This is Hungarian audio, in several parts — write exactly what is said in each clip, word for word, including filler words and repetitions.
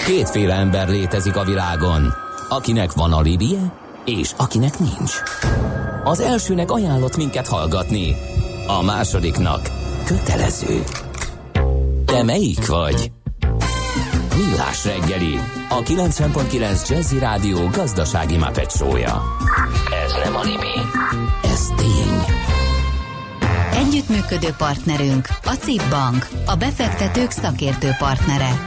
Kétféle ember létezik a világon, akinek van alibije, és akinek nincs. Az elsőnek ajánlott minket hallgatni, a másodiknak kötelező. Te melyik vagy? Millás reggeli, a kilencven pont kilenc Jazzy Rádió gazdasági Muppet show-ja. Ez nem anime, ez tény. Együttműködő partnerünk a cé i pé Bank, a befektetők szakértő partnere.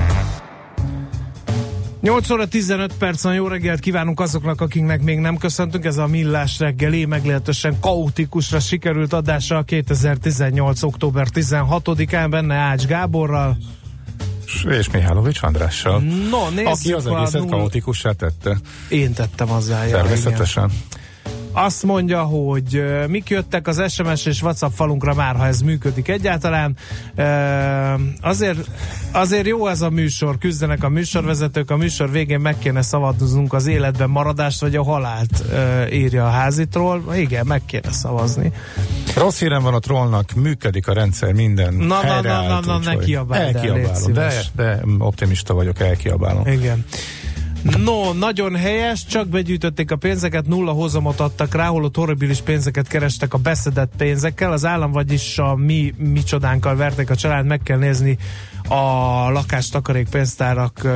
nyolc óra tizenöt percen jó reggelt kívánunk azoknak, akiknek még nem köszöntünk. Ez a Millás reggeli meglehetősen kaotikusra sikerült adása kétezer-tizennyolc. október tizenhatodikán, benne Ács Gáborral és Mihálovics Andrással, no, aki az egészet null... kaotikussá tette. Én tettem azzá. Természetesen. Azt mondja, hogy uh, mik jöttek az es em es és WhatsApp falunkra már, ha ez működik egyáltalán. Uh, azért, azért jó ez a műsor, küzdenek a műsorvezetők, a műsor végén meg kéne szavaznunk az életben maradást, vagy a halált, uh, írja a házitról. Igen, meg kéne szavazni. Rossz hírem van a trollnak, működik a rendszer, minden na, helyre na, na, állt, na, na, ne kiabáld el, légy szíves. De, de optimista vagyok, elkiabálom. Igen. No, nagyon helyes, csak begyűjtötték a pénzeket, nulla hozamot adtak rá, holott horribilis pénzeket kerestek a beszedett pénzekkel. Az állam vagyis a mi micsodánkkal verték a család, meg kell nézni a lakástakarékpénztárak uh,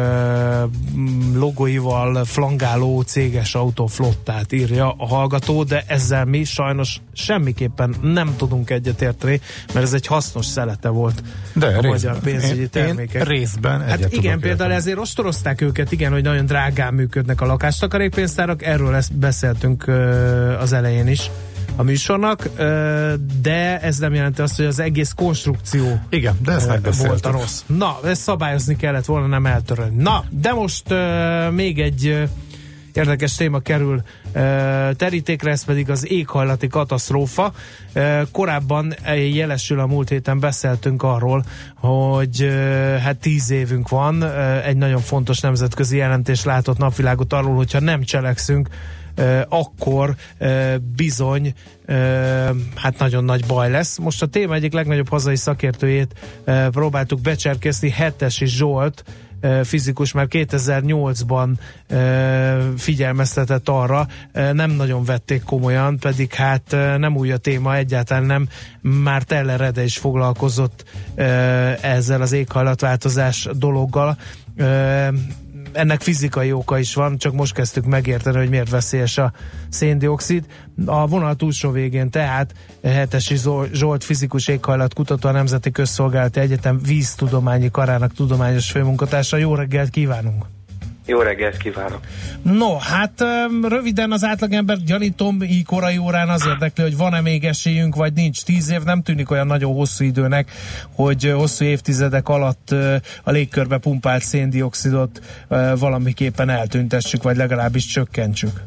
logóival flangáló céges autóflottát, írja a hallgató, de ezzel mi sajnos semmiképpen nem tudunk egyetérteni, mert ez egy hasznos szelete volt de a részben, magyar pénzügyi termékek. Én részben egyet hát igen, például érteni. Ezért ostorozták őket, igen, hogy nagyon drágán működnek a lakástakarékpénztárak, erről ezt beszéltünk uh, az elején is a műsornak, de ez nem jelenti azt, hogy az egész konstrukció igen, de ezt volt a rossz. Na, ezt szabályozni kellett volna, nem eltörölni. Na, de most uh, még egy uh, érdekes téma kerül uh, terítékre, ez pedig az éghajlati katasztrófa. Uh, korábban jelesül, a múlt héten beszéltünk arról, hogy uh, hát tíz évünk van, uh, egy nagyon fontos nemzetközi jelentés látott napvilágot arról, hogyha nem cselekszünk, Uh, akkor uh, bizony uh, hát nagyon nagy baj lesz. Most a téma egyik legnagyobb hazai szakértőjét uh, próbáltuk becserkészni, Hetesi Zsolt uh, fizikus, már kétezer-nyolcban uh, figyelmeztetett arra, uh, nem nagyon vették komolyan, pedig hát uh, nem új a téma, egyáltalán nem. Már Teller Ede is foglalkozott uh, ezzel az éghajlatváltozás dologgal. Uh, ennek fizikai oka is van, csak most kezdtük megérteni, hogy miért veszélyes a széndioxid. A vonal túlsó végén tehát Hetesi Zsolt fizikus éghajlatkutató, a Nemzeti Közszolgálati Egyetem víztudományi karának tudományos főmunkatársa. Jó reggelt kívánunk! Jó reggelt kívánok! No, hát röviden az átlagember, gyanítom, így korai órán az érdekli, hogy van-e még esélyünk, vagy nincs. Tíz év nem tűnik olyan nagyon hosszú időnek, hogy hosszú évtizedek alatt a légkörbe pumpált széndioxidot valamiképpen eltüntessük, vagy legalábbis csökkentsük.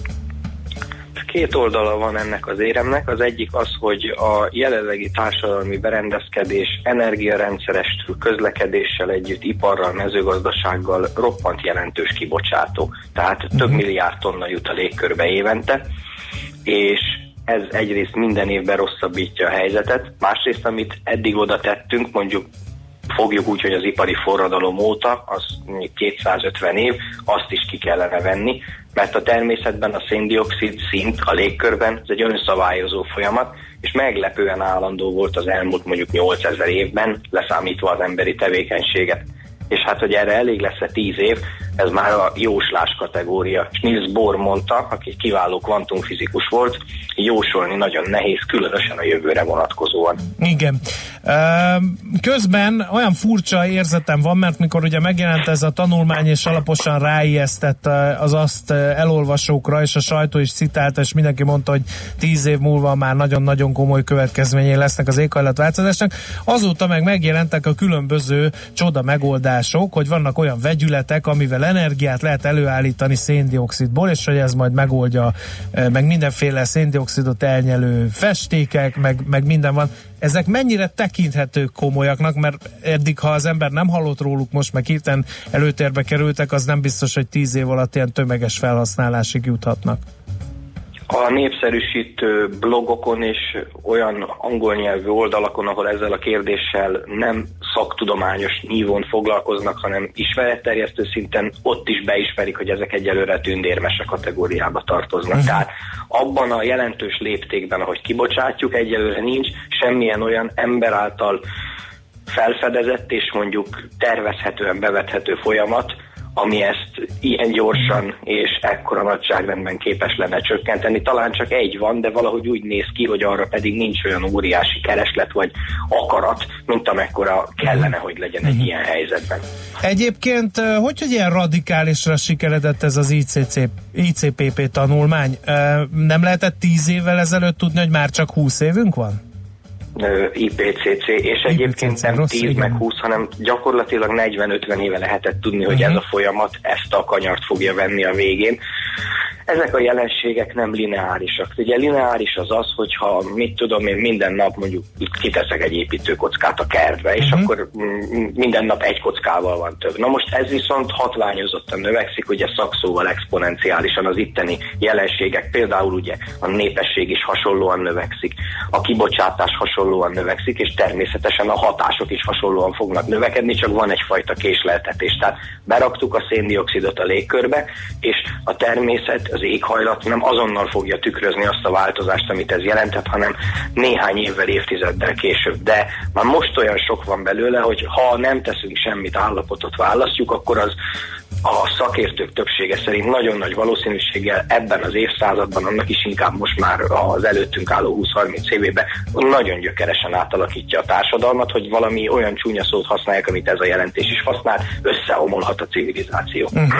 Két oldala van ennek az éremnek. Az egyik az, hogy a jelenlegi társadalmi berendezkedés energiarendszerestől, közlekedéssel együtt, iparral, mezőgazdasággal roppant jelentős kibocsátó. Tehát uh-huh. több milliárd tonna jut a légkörbe évente, és ez egyrészt minden évben rosszabbítja a helyzetet. Másrészt, amit eddig oda tettünk, mondjuk fogjuk úgy, hogy az ipari forradalom óta, az kétszázötven év, azt is ki kellene venni, mert a természetben a széndioxid szint a légkörben, ez egy önszabályozó folyamat, és meglepően állandó volt az elmúlt mondjuk nyolcezer évben, leszámítva az emberi tevékenységet. És hát, hogy erre elég lesz-e tíz év, ez már a jóslás kategória. És Niels Bohr mondta, aki kiváló kvantumfizikus volt, jósolni nagyon nehéz, különösen a jövőre vonatkozóan. Igen. Közben olyan furcsa érzetem van, mert mikor ugye megjelent ez a tanulmány, és alaposan ráijesztett az azt elolvasókra, és a sajtó is citálta, és mindenki mondta, hogy tíz év múlva már nagyon-nagyon komoly következményei lesznek az éghajlatváltozásnak. Azóta meg megjelentek a különböző csoda megoldások, hogy vannak olyan vegyületek, amivel energiát lehet előállítani széndioxidból, és hogy ez majd megoldja, meg mindenféle széndioxidot elnyelő festékek, meg, meg minden van. Ezek mennyire tekinthetők komolyaknak, mert eddig, ha az ember nem hallott róluk, most meg hirtelen előtérbe kerültek, az nem biztos, hogy tíz év alatt ilyen tömeges felhasználásig juthatnak. A népszerűsítő blogokon és olyan angol nyelvű oldalakon, ahol ezzel a kérdéssel nem szaktudományos nívón foglalkoznak, hanem ismeretterjesztő szinten, ott is beismerik, hogy ezek egyelőre tündérmese kategóriába tartoznak. Uh-huh. Tehát abban a jelentős léptékben, ahogy kibocsátjuk, egyelőre nincs semmilyen olyan ember által felfedezett és mondjuk tervezhetően bevethető folyamat, ami ezt ilyen gyorsan és ekkora nagyságrendben képes lenne csökkenteni. Talán csak egy van, de valahogy úgy néz ki, hogy arra pedig nincs olyan óriási kereslet vagy akarat, mint amekkora kellene, hogy legyen egy ilyen helyzetben. Egyébként, hogy, hogy ilyen radikálisra sikeredett ez az I C C, I C P P tanulmány? Nem lehetett tíz évvel ezelőtt tudni, hogy már csak húsz évünk van? I P C C, és egyébként nem tíz meg húsz, hanem gyakorlatilag negyven-ötven éve lehetett tudni, hogy uh-huh. ez a folyamat ezt a kanyart fogja venni a végén. Ezek a jelenségek nem lineárisak. Ugye lineáris az az, hogyha mit tudom én minden nap mondjuk kiteszek egy építőkockát a kertbe, és uh-huh. akkor minden nap egy kockával van több. Na most ez viszont hatványozottan növekszik, ugye szakszóval exponenciálisan az itteni jelenségek, például ugye a népesség is hasonlóan növekszik, a kibocsátás hasonlóan növekszik, és természetesen a hatások is hasonlóan fognak növekedni, csak van egyfajta késleltetés. Tehát beraktuk a széndioxidot a légkörbe, és a természet, az éghajlat nem azonnal fogja tükrözni azt a változást, amit ez jelentett, hanem néhány évvel, évtizeddel később. De már most olyan sok van belőle, hogy ha nem teszünk semmit, állapotot választjuk, akkor az a szakértők többsége szerint nagyon nagy valószínűséggel ebben az évszázadban, annak is inkább most már az előttünk álló húsz-harminc évében nagyon gyökeresen átalakítja a társadalmat, hogy valami olyan csúnya szót használják, amit ez a jelentés is használ, összeomolhat a civilizáció. Uh-huh.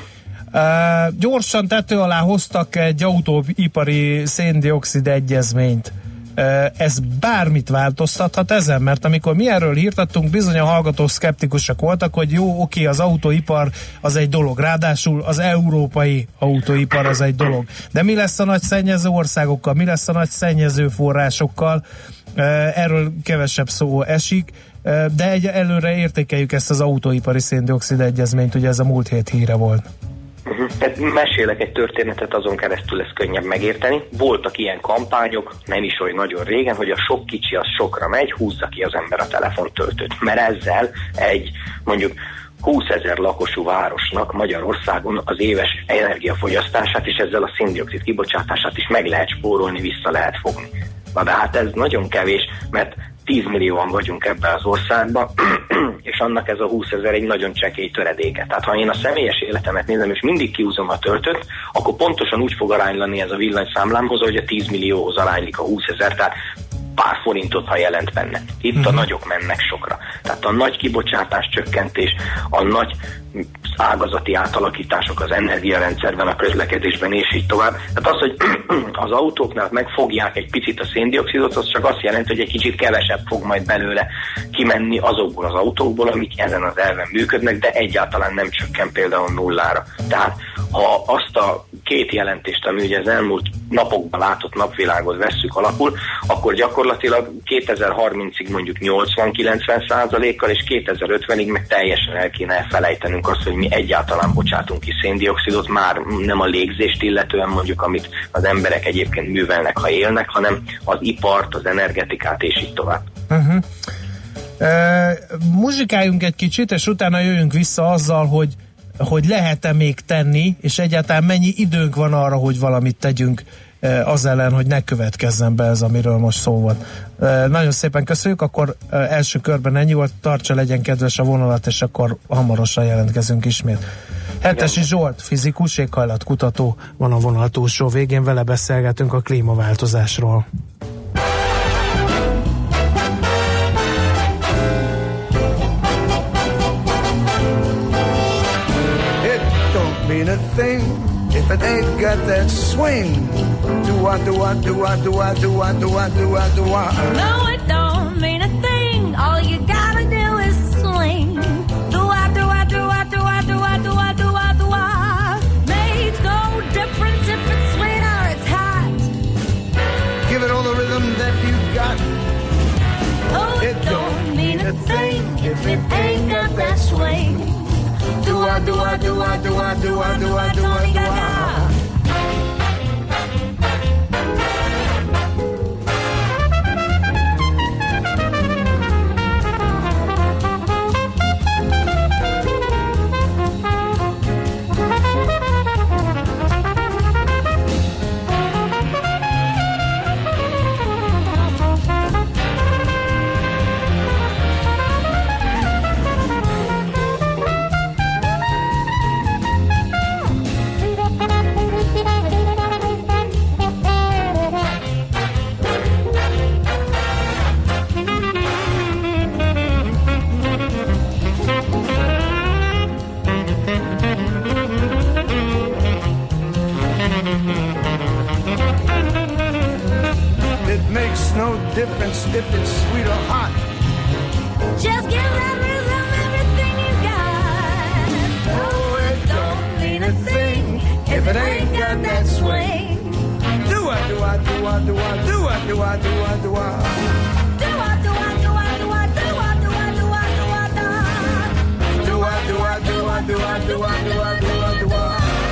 Uh, gyorsan tető alá hoztak egy autóipari széndioxid egyezményt. Uh, ez bármit változtathat ezen? Mert amikor mi erről hirtattunk, bizony a hallgatók szkeptikusak voltak, hogy jó, oké, az autóipar az egy dolog, ráadásul az európai autóipar az egy dolog. De mi lesz a nagy szennyező országokkal? Mi lesz a nagy szennyező forrásokkal? Uh, erről kevesebb szó esik, uh, de egy, előre értékeljük ezt az autóipari széndioxid egyezményt, ugye ez a múlt hét híre volt. Uh-huh. Tehát mesélek egy történetet, azon keresztül lesz könnyebb megérteni. Voltak ilyen kampányok, nem is olyan nagyon régen, hogy a sok kicsi az sokra megy, húzza ki az ember a telefontöltőt. Mert ezzel egy mondjuk húszezer lakosú városnak Magyarországon az éves energiafogyasztását és ezzel a széndioxid kibocsátását is meg lehet spórolni, vissza lehet fogni. Na de hát ez nagyon kevés, mert tíz millióan vagyunk ebben az országban, és annak ez a húszezer egy nagyon csekély töredéke. Tehát ha én a személyes életemet nézem, és mindig kiúzom a töltőt, akkor pontosan úgy fog aránylani ez a villanyszámlámhoz, hogy a tíz millióhoz aránylik a húszezer, tehát pár forintot, ha jelent benne. Itt uh-huh. a nagyok mennek sokra. Tehát a nagy kibocsátás csökkentés, a nagy ágazati átalakítások az energiarendszerben, a közlekedésben és így tovább. Tehát az, hogy az autóknál megfogják egy picit a széndioxidot, az csak azt jelenti, hogy egy kicsit kevesebb fog majd belőle kimenni azokból az autókból, amik ezen az elven működnek, de egyáltalán nem csökken például nullára. Tehát ha azt a két jelentést, ami ugye az elmúlt napokban látott napvilágot vesszük alapul, akkor gyakorlatilag kétezer-harmincig mondjuk nyolcvan-kilencven százalékkal, és kétezer-ötvenig meg teljesen el kéne elfelejtenünk azt, hogy mi egyáltalán bocsátunk ki széndioxidot, már nem a légzést illetően mondjuk, amit az emberek egyébként művelnek, ha élnek, hanem az ipart, az energetikát és így tovább. Uh-huh. Uh, muzsikáljunk egy kicsit, és utána jöjjünk vissza azzal, hogy hogy lehet-e még tenni, és egyáltalán mennyi időnk van arra, hogy valamit tegyünk az ellen, hogy ne következzen be ez, amiről most szó volt. Nagyon szépen köszönjük, akkor első körben ennyi volt, tartsa, legyen kedves a vonalat, és akkor hamarosan jelentkezünk ismét. Hetesi Zsolt, fizikus, éghajlatkutató van a vonal túlsó végén, vele beszélgetünk a klímaváltozásról. Mean a thing if it ain't got that swing. Do I, do I, do I, do I, do I, do I, do I, do I? No, it don't mean a thing. All you gotta do is swing. Do I, do I, do I, do I, do I, do I, do I, do I? Makes no difference if it's sweet or it's hot. Give it all the rhythm that you got. Oh, it, it don't mean a thing if it ain't got that swing. Do I, do I, do I, do I, do I, do I, do I, do I? difference if it's sweet or hot. Just give that rhythm everything you got. Oh, it don't mean a thing if it ain't got that swing. Do I, do I, do I, do I, do I, do I, do I, do I. Do I, do I, do I, do I, do I, do I, do I, do I, do. Do I, do I, do I, do I, do I, do I, do I, do I.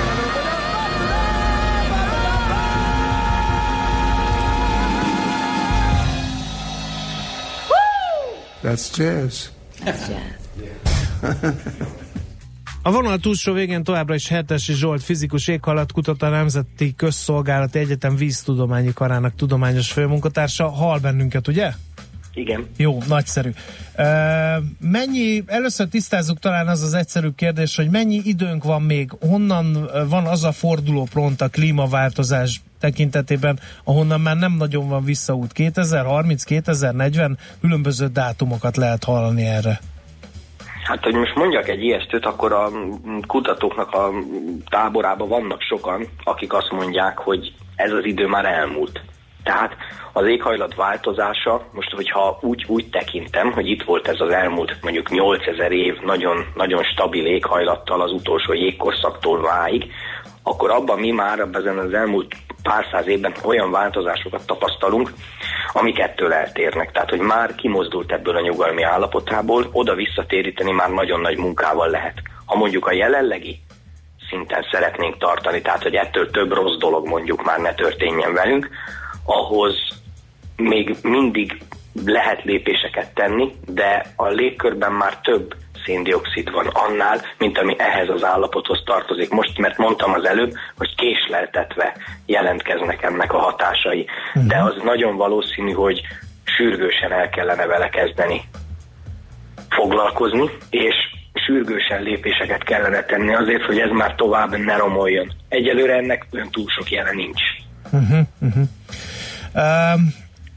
That's jazz. That's jazz. A vonal túlsó végén továbbra is Hertesi Zsolt, fizikus, éghajlatkutató, a Nemzeti Közszolgálati Egyetem víztudományi karának tudományos főmunkatársa. Hall bennünket, ugye? Igen. Jó, nagyszerű. Uh, mennyi, először tisztázzuk talán az az egyszerűbb kérdés, hogy mennyi időnk van még, honnan van az a fordulópont a klímaváltozás tekintetében, ahonnan már nem nagyon van visszaút. kétezer-harminc, kétezer-negyven különböző dátumokat lehet hallani erre. Hát, hogy most mondjak egy ijesztőt, akkor a kutatóknak a táborában vannak sokan, akik azt mondják, hogy ez az idő már elmúlt. Tehát az éghajlat változása, most hogyha úgy, úgy tekintem, hogy itt volt ez az elmúlt mondjuk nyolcezer év nagyon, nagyon stabil éghajlattal az utolsó jégkorszaktól máig, akkor abban mi már ezen az elmúlt pár száz évben olyan változásokat tapasztalunk, amik ettől eltérnek. Tehát, hogy már kimozdult ebből a nyugalmi állapotából, oda visszatéríteni már nagyon nagy munkával lehet. Ha mondjuk a jelenlegi szinten szeretnénk tartani, tehát, hogy ettől több rossz dolog mondjuk már ne történjen velünk, ahhoz még mindig lehet lépéseket tenni, de a légkörben már több széndioxid van annál, mint ami ehhez az állapothoz tartozik. Most, mert mondtam az előbb, hogy késleltetve jelentkeznek ennek a hatásai. De az nagyon valószínű, hogy sürgősen el kellene vele kezdeni foglalkozni, és sürgősen lépéseket kellene tenni azért, hogy ez már tovább ne romoljon. Egyelőre ennek olyan túl sok jele nincs. Uh-huh, uh-huh. Um...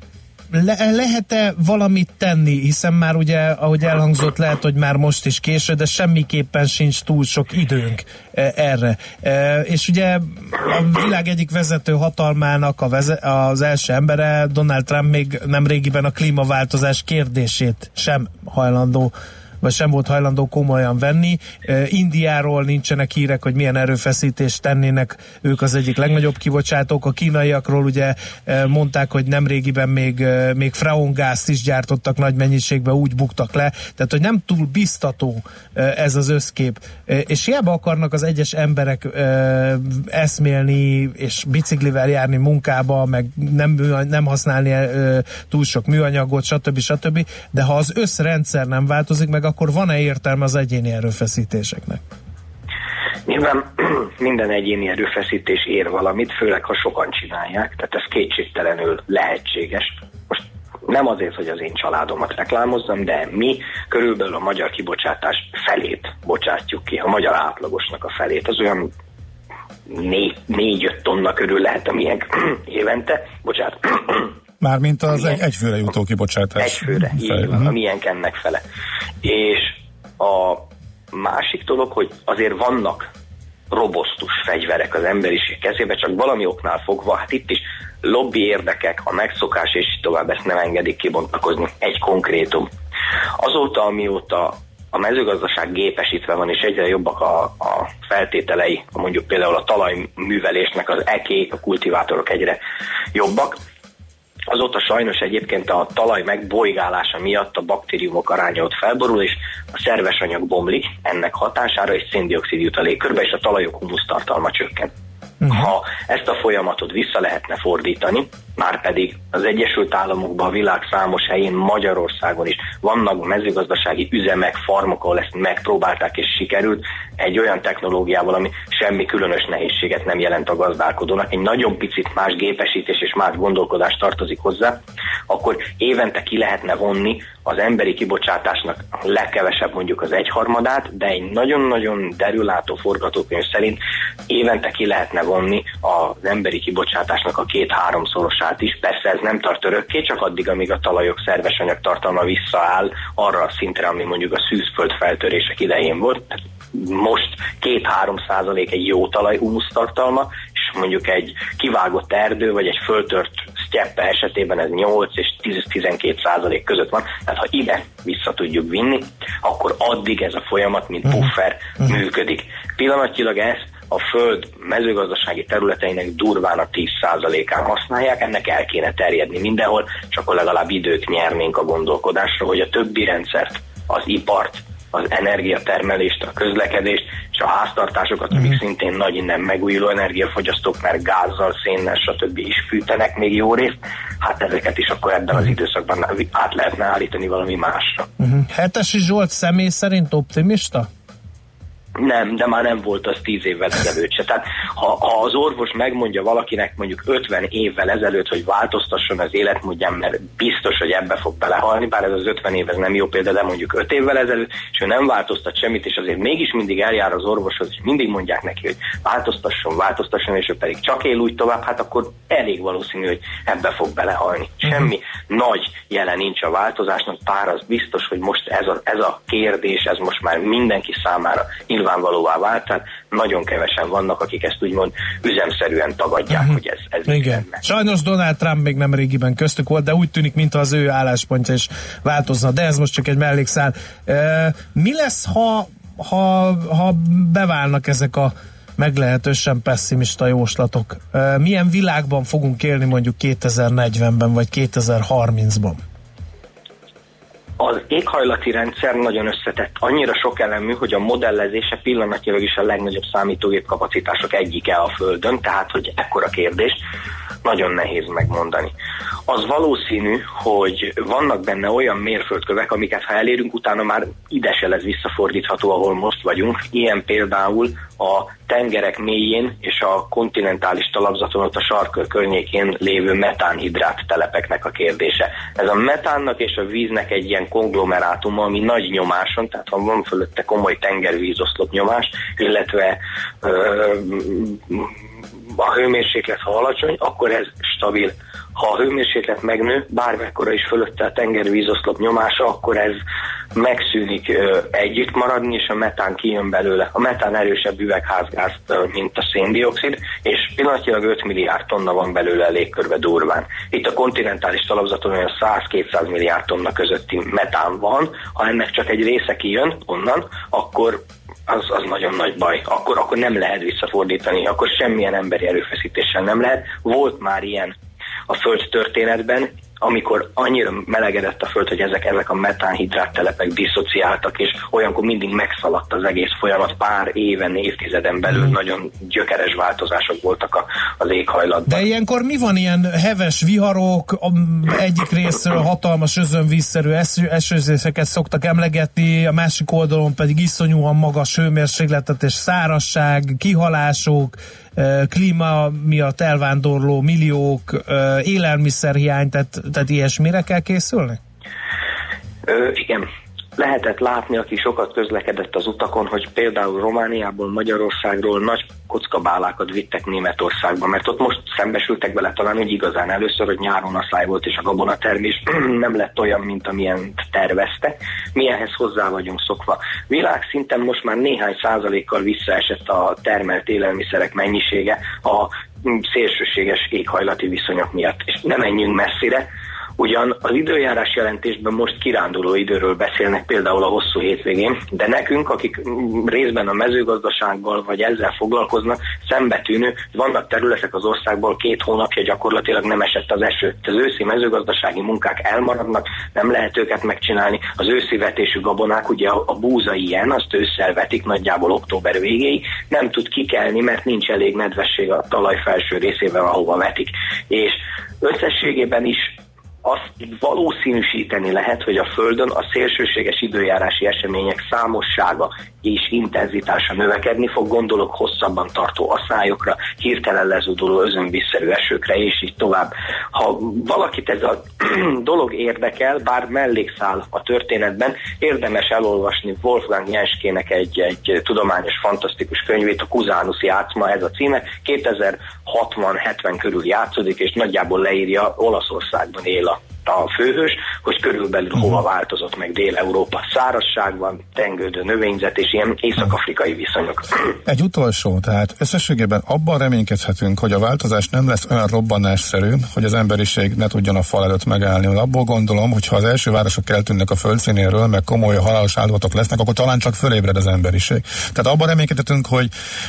Le- lehet-e valamit tenni, hiszen már ugye, ahogy elhangzott, lehet, hogy már most is késő, de semmiképpen sincs túl sok időnk e, erre. E, és ugye a világ egyik vezető hatalmának a veze- az első embere, Donald Trump még nem régiben a klímaváltozás kérdését sem hajlandó vagy sem volt hajlandó komolyan venni. Indiáról nincsenek hírek, hogy milyen erőfeszítést tennének, ők az egyik legnagyobb kibocsátók. A kínaiakról ugye mondták, hogy nemrégiben még, még freongázt is gyártottak nagy mennyiségben, úgy buktak le. Tehát, hogy nem túl biztató ez az összkép. És hiába akarnak az egyes emberek eszmélni és biciklivel járni munkába, meg nem, nem használni túl sok műanyagot, stb. stb. De ha az összrendszer nem változik meg, akkor van-e értelme az egyéni erőfeszítéseknek? Nyilván minden egyéni erőfeszítés ér valamit, főleg ha sokan csinálják, tehát ez kétségtelenül lehetséges. Most nem azért, hogy az én családomat reklámozzam, de mi körülbelül a magyar kibocsátás felét bocsátjuk ki, a magyar átlagosnak a felét. Az olyan négy-öt tonna körül lehet, amilyen évente, bocsánat. Mármint az egy, egyfőre jutó kibocsátás. Egyfőre, így van, amilyen ennek fele. És a másik dolog, hogy azért vannak robosztus fegyverek az emberiség kezébe, csak valami oknál fogva, hát itt is lobby érdekek, a megszokás és tovább ezt nem engedik kibontakozni. Egy konkrétum. Azóta, amióta a mezőgazdaság gépesítve van, és egyre jobbak a, a feltételei, mondjuk például a talajművelésnek, az ekék, a kultivátorok egyre jobbak, azóta sajnos egyébként a talaj megbolygálása miatt a baktériumok aránya ott felborul, és a szerves anyag bomlik ennek hatására, és széndioxid jut a légkörbe, és a talajok humusztartalma csökken. Uh-huh. Ha ezt a folyamatot vissza lehetne fordítani, már pedig az Egyesült Államokban, a világ számos helyén, Magyarországon is vannak mezőgazdasági üzemek, farmok, ahol ezt megpróbálták és sikerült, egy olyan technológiával, ami semmi különös nehézséget nem jelent a gazdálkodónak, egy nagyon picit más gépesítés és más gondolkodás tartozik hozzá, akkor évente ki lehetne vonni az emberi kibocsátásnak legkevesebb mondjuk az egyharmadát, de egy nagyon-nagyon derülátó forgatókönyv szerint évente ki lehetne vonni az emberi kibocsátásnak a két-háromszorosát is. Persze ez nem tart örökké, csak addig, amíg a talajok szerves anyag tartalma visszaáll arra a szintre, ami mondjuk a szűzföld feltörések idején volt. Most két-három százalék egy jó talaj humusztartalma, és mondjuk egy kivágott erdő, vagy egy föltört Cseppe esetében ez nyolc és tíz-tizenkét százalék között van, tehát ha ide vissza tudjuk vinni, akkor addig ez a folyamat, mint puffer uh-huh. működik. Pillanatnyilag ezt a föld mezőgazdasági területeinek durván a tíz százalékán használják, ennek el kéne terjedni mindenhol, csak akkor legalább időt nyernénk a gondolkodásra, hogy a többi rendszert, az ipart, az energiatermelést, a közlekedést és a háztartásokat, amik uh-huh. szintén nagy nem megújuló energiafogyasztók, mert gázzal, szénnel, stb. Is fűtenek még jó részt, hát ezeket is akkor ebben az időszakban át lehetne állítani valami másra. Uh-huh. Hetesi Zsolt személy szerint optimista? Nem, de már nem volt az tíz évvel ezelőtt se. Tehát ha, ha az orvos megmondja valakinek mondjuk ötven évvel ezelőtt, hogy változtasson az életmódján, mert biztos, hogy ebbe fog belehalni, bár ez az ötven év ez nem jó példa, de mondjuk öt évvel ezelőtt, és ő nem változtat semmit, és azért mégis mindig eljár az orvoshoz, és mindig mondják neki, hogy változtasson, változtasson, és ő pedig csak él úgy tovább, hát akkor elég valószínű, hogy ebbe fog belehalni. Semmi uh-huh. nagy jelen nincs a változásnak, bár az biztos, hogy most ez a, ez a kérdés, ez most már mindenki számára nyilvánvalóvá vált, tehát nagyon kevesen vannak, akik ezt úgymond üzemszerűen tagadják, uh-huh. hogy ez, ez igen. Sajnos Donald Trump még nem régiben köztük volt, de úgy tűnik, mintha az ő álláspontja is változna, de ez most csak egy mellékszál. Uh, mi lesz, ha, ha, ha beválnak ezek a meglehetősen pesszimista jóslatok? Uh, milyen világban fogunk élni mondjuk kétezer-negyvenben vagy kétezer-harmincban? Az éghajlati rendszer nagyon összetett, annyira sok elemű, hogy a modellezése pillanatnyilag is a legnagyobb számítógép kapacitások egyike a Földön, tehát hogy ekkora kérdés nagyon nehéz megmondani. Az valószínű, hogy vannak benne olyan mérföldkövek, amiket ha elérünk, utána már ide se lesz visszafordítható, ahol most vagyunk. Ilyen például a tengerek mélyén és a kontinentális talapzaton, ott a sarkkör környékén lévő metánhidrát telepeknek a kérdése. Ez a metánnak és a víznek egy ilyen konglomerátum, ami nagy nyomáson, tehát ha van fölötte komoly tengervízoszlop nyomás, illetve ö, a hőmérséklet ha alacsony, akkor ez stabil. Ha a hőmérséklet megnő, bármekkora is fölötte a tengervízoszlop nyomása, akkor ez megszűnik ö, együtt maradni, és a metán kijön belőle. A metán erősebb üvegházgáz, ö, mint a széndioxid, és pillanatnyilag öt milliárd tonna van belőle a légkörbe durván. Itt a kontinentális talapzaton olyan száz-kétszáz milliárd tonna közötti metán van. Ha ennek csak egy része kijön onnan, akkor Az, az nagyon nagy baj. Akkor, akkor nem lehet visszafordítani, akkor semmilyen emberi erőfeszítéssel nem lehet. Volt már ilyen a Föld történetben, amikor annyira melegedett a Föld, hogy ezek, ezek a metánhidrát telepek diszociáltak, és olyankor mindig megszaladt az egész folyamat, pár éven, évtizeden belül mm. nagyon gyökeres változások voltak a, az éghajlatban. De ilyenkor mi van, ilyen heves viharok, egyik részről hatalmas özönvízszerű esőzéseket szoktak emlegetni, a másik oldalon pedig iszonyúan magas hőmérsékletet és szárazság, kihalások, klíma miatt elvándorló milliók, élelmiszerhiány, tehát, tehát ilyesmire kell készülni? Ö, igen. Lehetett látni, aki sokat közlekedett az utakon, hogy például Romániából, Magyarországról nagy kockabálákat vittek Németországba, mert ott most szembesültek vele talán, hogy igazán először, hogy nyáron asszály volt, és a gabonatermés nem lett olyan, mint amilyen tervezte. Mi ehhez hozzá vagyunk szokva. Világszinten most már néhány százalékkal visszaesett a termelt élelmiszerek mennyisége a szélsőséges éghajlati viszonyok miatt. És nem menjünk messzire, ugyan az időjárás jelentésben most kiránduló időről beszélnek például a hosszú hétvégén, de nekünk, akik részben a mezőgazdasággal vagy ezzel foglalkoznak, szembetűnő, hogy vannak területek az országból két hónapja gyakorlatilag nem esett az eső. Az őszi mezőgazdasági munkák elmaradnak, nem lehet őket megcsinálni. Az őszi vetésű gabonák, ugye a búza ilyen, azt ősszel vetik nagyjából október végéig, nem tud kikelni, mert nincs elég nedvesség a talaj felső részében, ahova vetik. És összességében is azt valószínűsíteni lehet, hogy a Földön a szélsőséges időjárási események számossága és intenzitása növekedni fog, gondolok hosszabban tartó asszályokra, hirtelen lezúduló özönvízszerű esőkre, és így tovább. Ha valakit ez a dolog érdekel, bár mellékszál a történetben, érdemes elolvasni Wolfgang Jenskének egy, egy tudományos, fantasztikus könyvét, a Kuzánusz játszma, ez a címe, kétezer-hatvan-hetven körül játszódik, és nagyjából leírja, Olaszországban él a a főhős, hogy körülbelül uh-huh. hova változott meg Dél-Európa. Szárazság van, tengődő növényzet és ilyen észak-afrikai viszonyok. Egy utolsó, tehát összességében abban reménykedhetünk, hogy a változás nem lesz olyan robbanásszerű, hogy az emberiség ne tudjon a fal előtt megállni. Abból gondolom, hogy ha az első városok eltűnnek a földszínéről, meg komoly halálos áldozatok lesznek, akkor talán csak fölébred az emberiség. Tehát abban reménykedhetünk, hogy,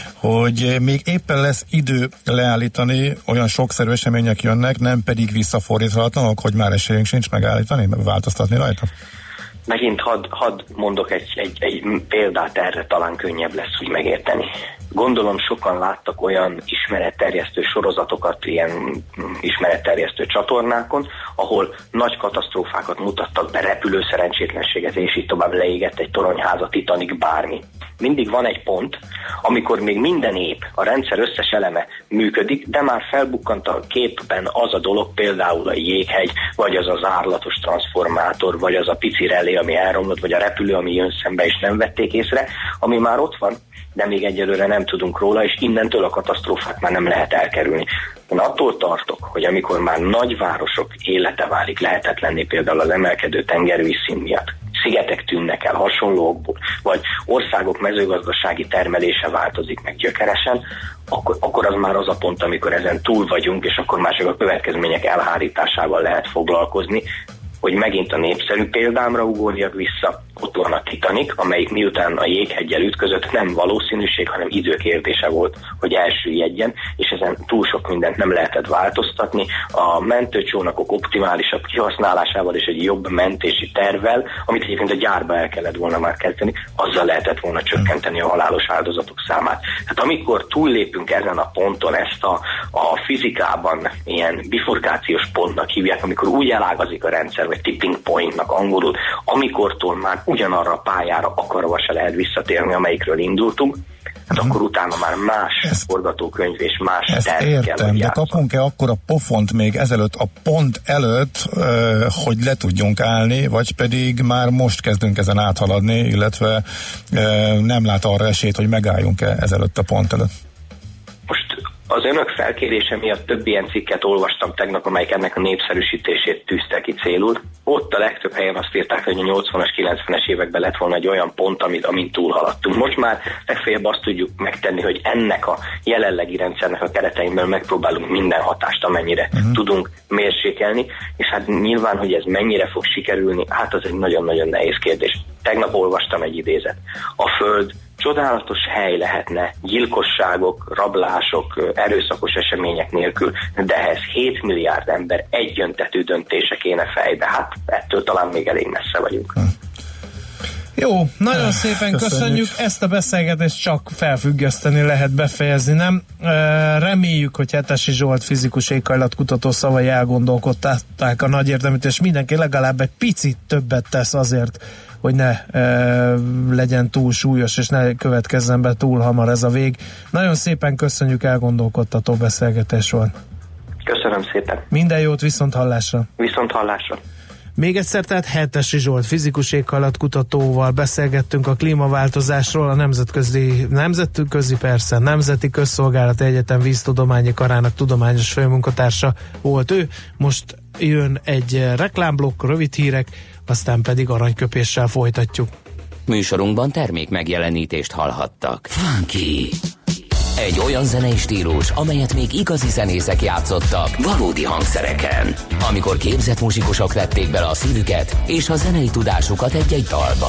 hogy még éppen lesz idő leállítani, olyan sokszerű események jönnek, nem pedig visszafordíthatatlanok, hogy már esélyünk sincs megállítani, változtatni rajta? Megint hadd had mondok egy, egy, egy példát erre, talán könnyebb lesz úgy megérteni. Gondolom sokan láttak olyan ismeretterjesztő sorozatokat, ilyen ismeretterjesztő csatornákon, ahol nagy katasztrófákat mutattak be, repülő szerencsétlenséget, és így tovább, leégett egy toronyháza, Titanic, bármi. Mindig van egy pont, amikor még minden épp, a rendszer összes eleme működik, de már felbukkant a képben az a dolog, például a jéghegy, vagy az az árlatos transformátor, vagy az a pici relé, ami elromlott, vagy a repülő, ami jön szembe, és nem vették észre, ami már ott van, de még egyelőre nem tudunk róla, és innentől a katasztrófát már nem lehet elkerülni. Én attól tartok, hogy amikor már nagyvárosok élete válik lehetetlenné, például az emelkedő tengervízszint miatt, szigetek tűnnek el hasonlókból, vagy országok mezőgazdasági termelése változik meg gyökeresen, akkor, akkor az már az a pont, amikor ezen túl vagyunk, és akkor már csak a következmények elhárításával lehet foglalkozni, hogy megint a népszerű példámra ugorjak vissza, ott van a Titanic, amelyik miután a jégheggyel ütközött, nem valószínűség, hanem időkérdése volt, hogy elsüllyedjen, és ezen túl sok mindent nem lehetett változtatni. A mentőcsónakok optimálisabb kihasználásával és egy jobb mentési tervvel, amit egyébként a gyárba el kellett volna már kezdeni, azzal lehetett volna csökkenteni a halálos áldozatok számát. Tehát amikor túllépünk ezen a ponton, ezt a, a fizikában ilyen bifurkációs pontnak hívják, amikor úgy elágazik a rendszer, vagy tipping pointnak angolul, amikortól már ugyanarra a pályára akarva se lehet visszatérni, amelyikről indultunk, hát akkor utána már más ezt, forgatókönyv és más terv kell. Ezt értem, de kapunk-e akkor a pofont még ezelőtt, a pont előtt, hogy le tudjunk állni, vagy pedig már most kezdünk ezen áthaladni, illetve nem lát arra esélyt, hogy megálljunk-e ezelőtt a pont előtt? Most az önök felkérése miatt több ilyen cikket olvastam tegnap, amelyek ennek a népszerűsítését tűzte ki célul. Ott a legtöbb helyen azt írták, hogy a nyolcvanas, kilencvenes években lett volna egy olyan pont, amit, amint túlhaladtunk. Most már legfeljebb azt tudjuk megtenni, hogy ennek a jelenlegi rendszernek a keretein megpróbálunk minden hatást, amennyire uh-huh. tudunk mérsékelni, és hát nyilván, hogy ez mennyire fog sikerülni, hát az egy nagyon-nagyon nehéz kérdés. Tegnap olvastam egy idézet. A Föld csodálatos hely lehetne gyilkosságok, rablások, erőszakos események nélkül, de ehhez hét milliárd ember egyöntetű döntése kéne fejbe. Hát ettől talán még elég messze vagyunk. Hm. Jó, nagyon szépen köszönjük. köszönjük. Ezt a beszélgetést csak felfüggeszteni lehet, befejezni, nem? Reméljük, hogy Hetesi Zsolt fizikus éghajlatkutató szavai elgondolkodták a nagy érdeműt, és mindenki legalább egy picit többet tesz azért, hogy ne e, legyen túl súlyos, és ne következzen be túl hamar ez a vég. Nagyon szépen köszönjük, elgondolkodtató beszélgetés volt. Köszönöm szépen. Minden jót, viszont hallásra. Viszont hallásra. Még egyszer, tehát Hetesi Zsolt fizikus éghajlatkutatóval beszélgettünk a klímaváltozásról, a nemzetközi, nemzetközi persze, Nemzeti Közszolgálati Egyetem víztudományi karának tudományos főmunkatársa volt ő. Most jön egy reklámblokk, rövid hírek, aztán pedig aranyköpéssel folytatjuk. Műsorunkban termék megjelenítést hallhattak. Funky! Egy olyan zenei stílus, amelyet még igazi zenészek játszottak valódi hangszereken. Amikor képzett muzsikusok vették bele a szívüket és a zenei tudásukat egy-egy dalba.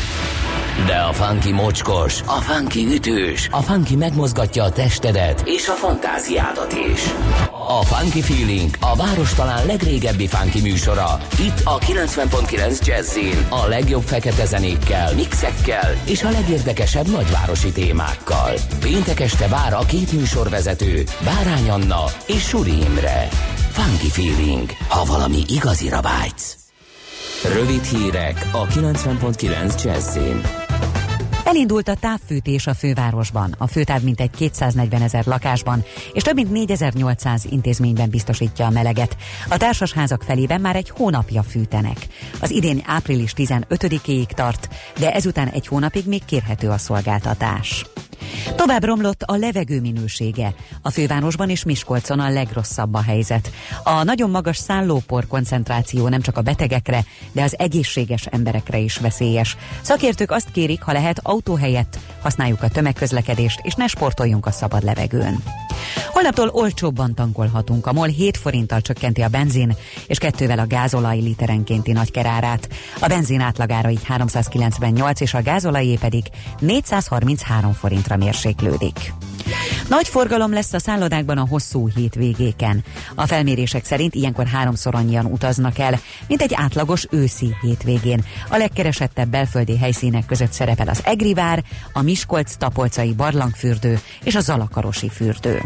De a funky mocskos, a funky ütős, a funky megmozgatja a testedet és a fantáziádat is. A Funky Feeling a város talán legrégebbi funky műsora. Itt a kilencven pont kilenc Jazzin a legjobb fekete zenékkel, mixekkel és a legérdekesebb nagyvárosi témákkal. Péntek este vár a két műsorvezető, Bárány Anna és Suri Imre. Funky Feeling, ha valami igazira vágysz. Rövid hírek a kilencven pont kilenc Jazzin. Elindult a távfűtés a fővárosban. A főtáv mintegy kétszáznegyvenezer lakásban és több mint négyezer-nyolcszáz intézményben biztosítja a meleget. A társasházak felében már egy hónapja fűtenek. Az idén április tizenötödikéig tart, de ezután egy hónapig még kérhető a szolgáltatás. Tovább romlott a levegő minősége. A fővárosban és Miskolcon a legrosszabb a helyzet. A nagyon magas szállópor koncentráció nem csak a betegekre, de az egészséges emberekre is veszélyes. Szakértők azt kérik, ha lehet, autó helyett használjuk a tömegközlekedést, és ne sportoljunk a szabad levegőn. Holnaptól olcsóbban tankolhatunk. A MOL hét forinttal csökkenti a benzin és kettővel a gázolaj literenkénti nagykerárát. A benzin átlagára így háromszázkilencvennyolc és a gázolajé pedig négyszázharminchárom forintra mérséklődik. Nagy forgalom lesz a szállodákban a hosszú hétvégéken. A felmérések szerint ilyenkor háromszor annyian utaznak el, mint egy átlagos őszi hétvégén. A legkeresettebb belföldi helyszínek között szerepel az Egrivár, a Miskolc-Tapolcai barlangfürdő és a Zalakarosi fürdő.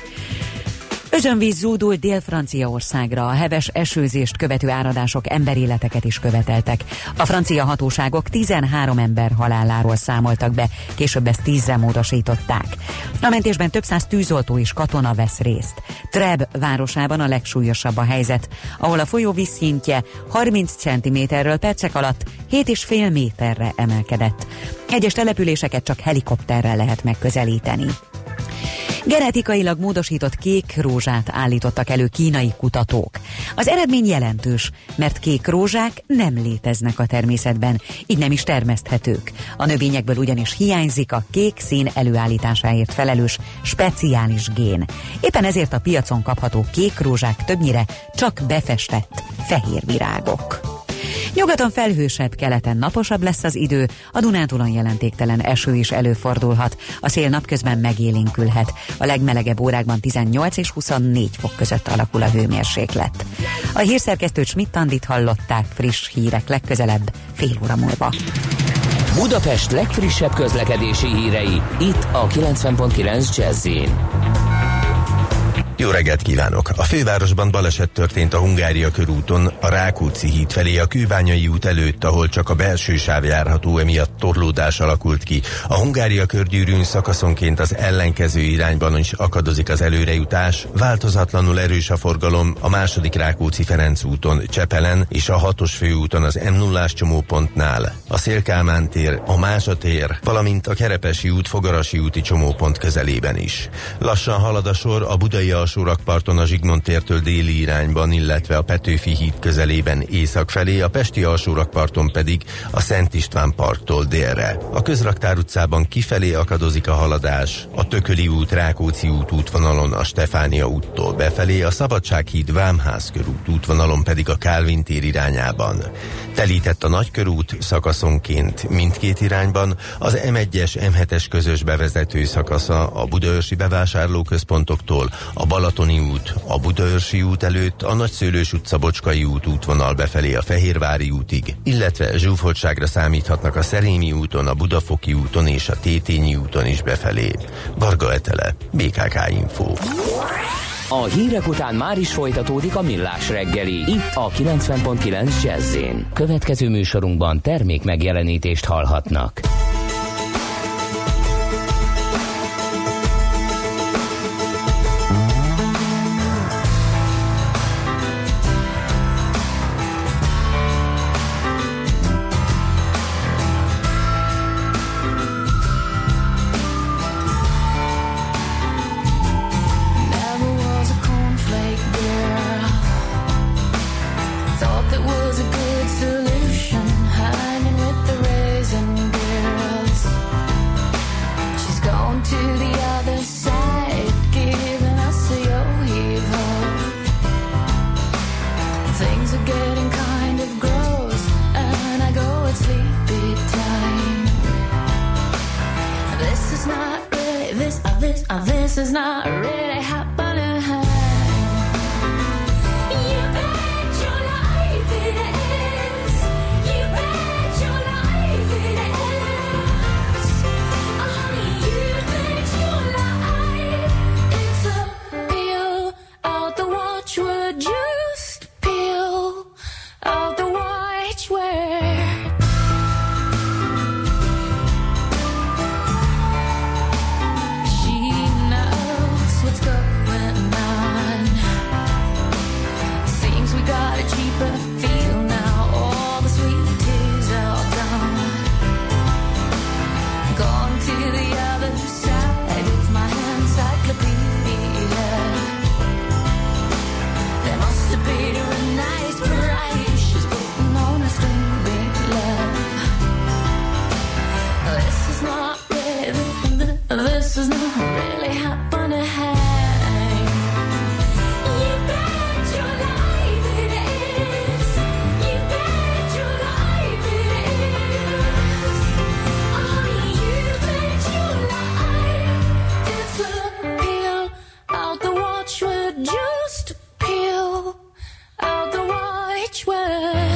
Özönvíz zúdul Dél-Franciaországra, a heves esőzést követő áradások emberéleteket is követeltek. A francia hatóságok tizenhárom ember haláláról számoltak be, később ezt tízre módosították. A mentésben több száz tűzoltó és katona vesz részt. Treb városában a legsúlyosabb a helyzet, ahol a folyó vízszintje harminc centiméterről percek alatt hét és fél méterre emelkedett. Egyes településeket csak helikopterrel lehet megközelíteni. Genetikailag módosított kék rózsát állítottak elő kínai kutatók. Az eredmény jelentős, mert kék rózsák nem léteznek a természetben, így nem is termeszthetők. A növényekből ugyanis hiányzik a kék szín előállításáért felelős speciális gén. Éppen ezért a piacon kapható kék rózsák többnyire csak befestett fehér virágok. Nyugaton felhősebb, keleten naposabb lesz az idő, a Dunántúlon jelentéktelen eső is előfordulhat, a szél napközben megélénkülhet. A legmelegebb órákban tizennyolc és huszonnégy fok között alakul a hőmérséklet. A hírszerkesztőt Schmidt-Andit hallották, friss hírek legközelebb fél óra múlva. Budapest legfrissebb közlekedési hírei, itt a kilencven pont kilenc Jazz-in. Jó reggelt kívánok! A fővárosban baleset történt a Hungária körúton, a Rákóczi híd felé a Kőbányai út előtt, ahol csak a belső sáv járható, emiatt torlódás alakult ki. A Hungária körgyűrűn szakaszonként az ellenkező irányban is akadozik az előrejutás, változatlanul erős a forgalom a második Rákóczi-Ferenc úton, Csepelen és a hatos főúton az em nullás csomópontnál, a Széll-Kálmán tér, a Mása tér, valamint a Kerepesi út, Fogarasi úti csomópont közelében is. Lassan halad a sor a budai alsórakparton a Zsigmond tértől déli irányban, illetve a Petőfi híd közelében észak felé, a pesti alsórakparton pedig a Szent István parttól délre. A Közraktár utcában kifelé akadozik a haladás, a Tököli út, Rákóczi út útvonalon a Stefánia úttól befelé, a Szabadsághíd, Vámház körút útvonalon pedig a Kálvin tér irányában. Telített a Nagykörút szakaszonként mindkét irányban, az em egyes em hetes közös bevezető szakasza a budaörsi bevásárlóközpontoktól, a Balatoni út, a Budaörsi út előtt, a Nagyszőlős utca, Bocskai út útvonal befelé a Fehérvári útig, illetve zsúfoltságra számíthatnak a Szerémi úton, a Budafoki úton és a Tétényi úton is befelé. Varga Etele, bé ká ká Info. A hírek után már is folytatódik a Millás reggeli, itt a kilencven pont kilenc Jazz-én. Következő műsorunkban termék megjelenítést hallhatnak. She knows what's going this was not really happening. You bet your life it is. You bet your life it is. Oh, you bet your life. It's a peel out the watchword, just a peel out the watchword.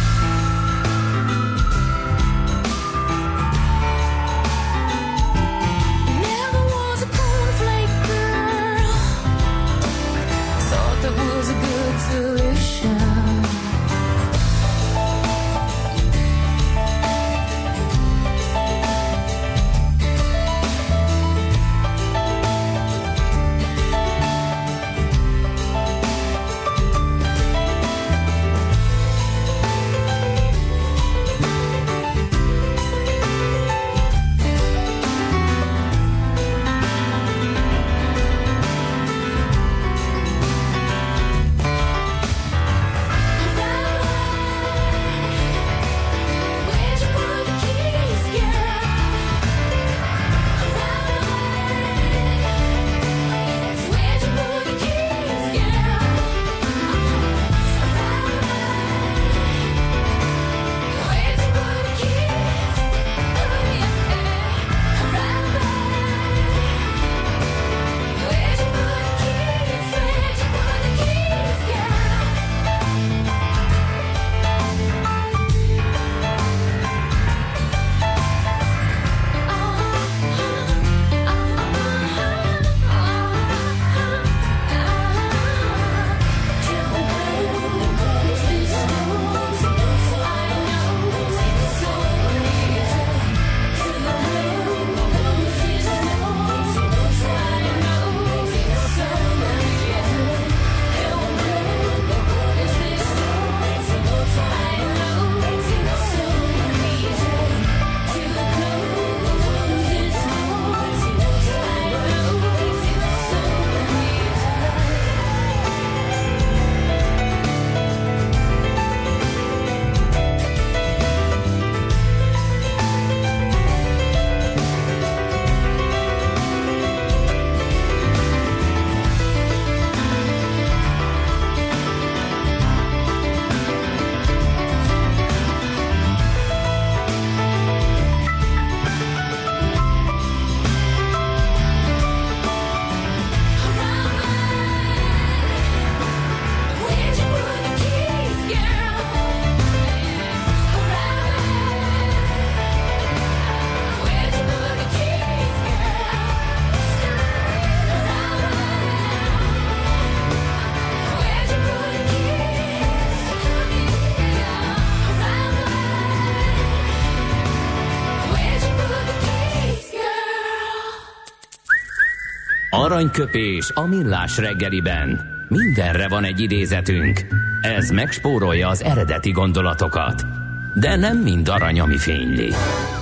Aranyköpés a millás reggeliben. Mindenre van egy idézetünk. Ez megspórolja az eredeti gondolatokat. De nem mind arany, ami fényli.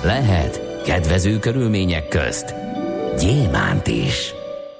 Lehet kedvező körülmények közt gyémánt is.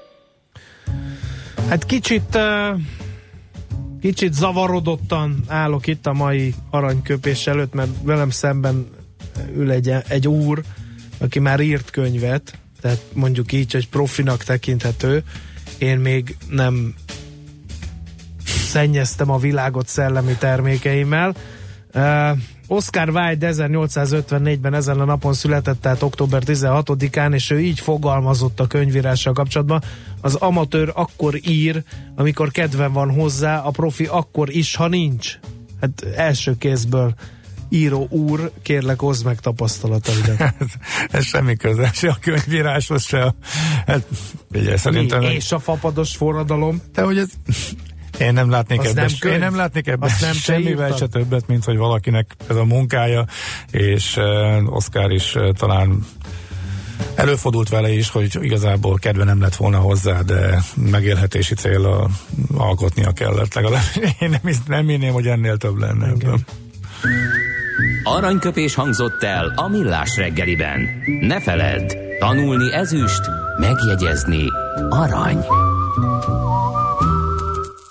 Hát kicsit uh, kicsit zavarodottan állok itt a mai aranyköpés előtt, mert velem szemben ül egy, egy úr, aki már írt könyvet, tehát mondjuk így, hogy profinak tekinthető. Én még nem szennyeztem a világot szellemi termékeimmel. Uh, Oscar Wilde ezernyolcszázötvennégyben ezen a napon született, tehát október tizenhatodikán, és ő így fogalmazott a könyvírással kapcsolatban: az amatőr akkor ír, amikor kedven van hozzá, a profi akkor is, ha nincs. Hát első kézből író úr, kérlek, hozd meg tapasztalataidat. Ez semmi köze, se a könyvíráshoz, se a... Hát, ugye, szerintem... És a fapados forradalom? De hogy ez... Én nem látnék az ebben, nem én nem látnék ebben nem semmivel se többet, mint hogy valakinek ez a munkája, és uh, Oscar is uh, talán előfordult vele is, hogy igazából kedve nem lett volna hozzá, de megélhetési célra alkotnia kellett legalább. Én nem, nem hinném, hogy ennél több lenne ebben. Aranyköpés hangzott el a millás reggeliben. Ne feledd, tanulni ezüst, megjegyezni arany.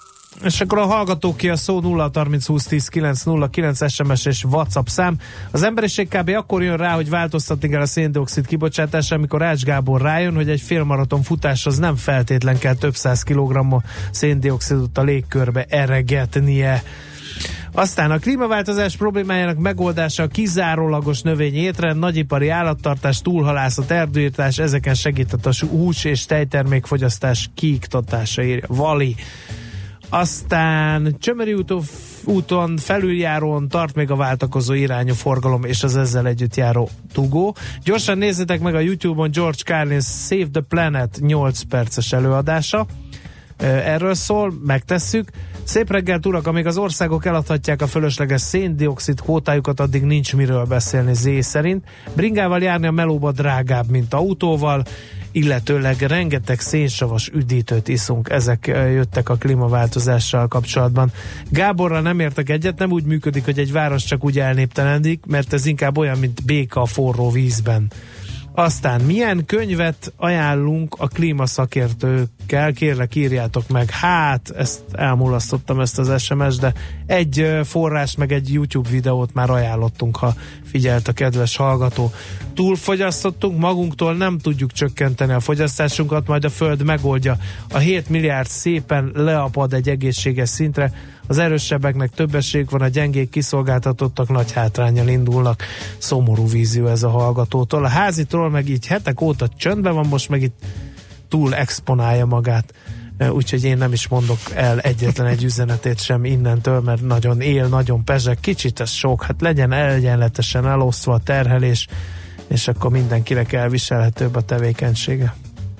És akkor a hallgatóké a szó nulla harminc húsz tíz kilenc nulla kilenc es em es és WhatsApp szám. Az emberiség kb. Akkor jön rá, hogy változtatni kell a széndioxid kibocsátásra, amikor Ács Gábor rájön, hogy egy félmaraton futáshoz nem feltétlen kell több száz kilogramm széndioxidot a légkörbe eregetnie. Aztán a klímaváltozás problémájának megoldása a kizárólagos növényi étrend, nagyipari állattartás, túlhalászat, erdőírtás, ezeken segített a hús és tejtermékfogyasztás kiiktatása, írja Vali. Aztán Csömöri úton, úton felüljárón tart még a váltakozó irányú forgalom és az ezzel együtt járó dugó. Gyorsan nézzétek meg a YouTube-on George Carlin Save the Planet nyolc perces előadása. Erről szól, megtesszük. Szép reggelt, urak, amíg az országok eladhatják a fölösleges széndioxid kvótájukat, addig nincs miről beszélni Zé szerint. Bringával járni a melóba drágább, mint autóval, illetőleg rengeteg szénsavas üdítőt iszunk. Ezek jöttek a klímaváltozással kapcsolatban. Gáborral nem értek egyet, nem úgy működik, hogy egy város csak úgy elnéptelenik, mert ez inkább olyan, mint béka a forró vízben. Aztán milyen könyvet ajánlunk a klímaszakértőkkel? Kérlek, írjátok meg. Hát, ezt elmulasztottam, ezt az es em es, de egy forrás meg egy YouTube videót már ajánlottunk, ha figyelt a kedves hallgató. Túlfogyasztottunk, magunktól nem tudjuk csökkenteni a fogyasztásunkat, majd a Föld megoldja. A hét milliárd szépen leapad egy egészséges szintre, az erősebbeknek többesség van, a gyengék kiszolgáltatottak nagy hátránnyal indulnak. Szomorú vízió ez a hallgatótól. A házitról meg így hetek óta csöndben van, most meg itt túl exponálja magát. Úgyhogy én nem is mondok el egyetlen egy üzenetét sem innentől, mert nagyon él, nagyon pezsek, kicsit ez sok, hát legyen egyenletesen elosztva a terhelés, és akkor mindenkinek elviselhetőbb a tevékenysége.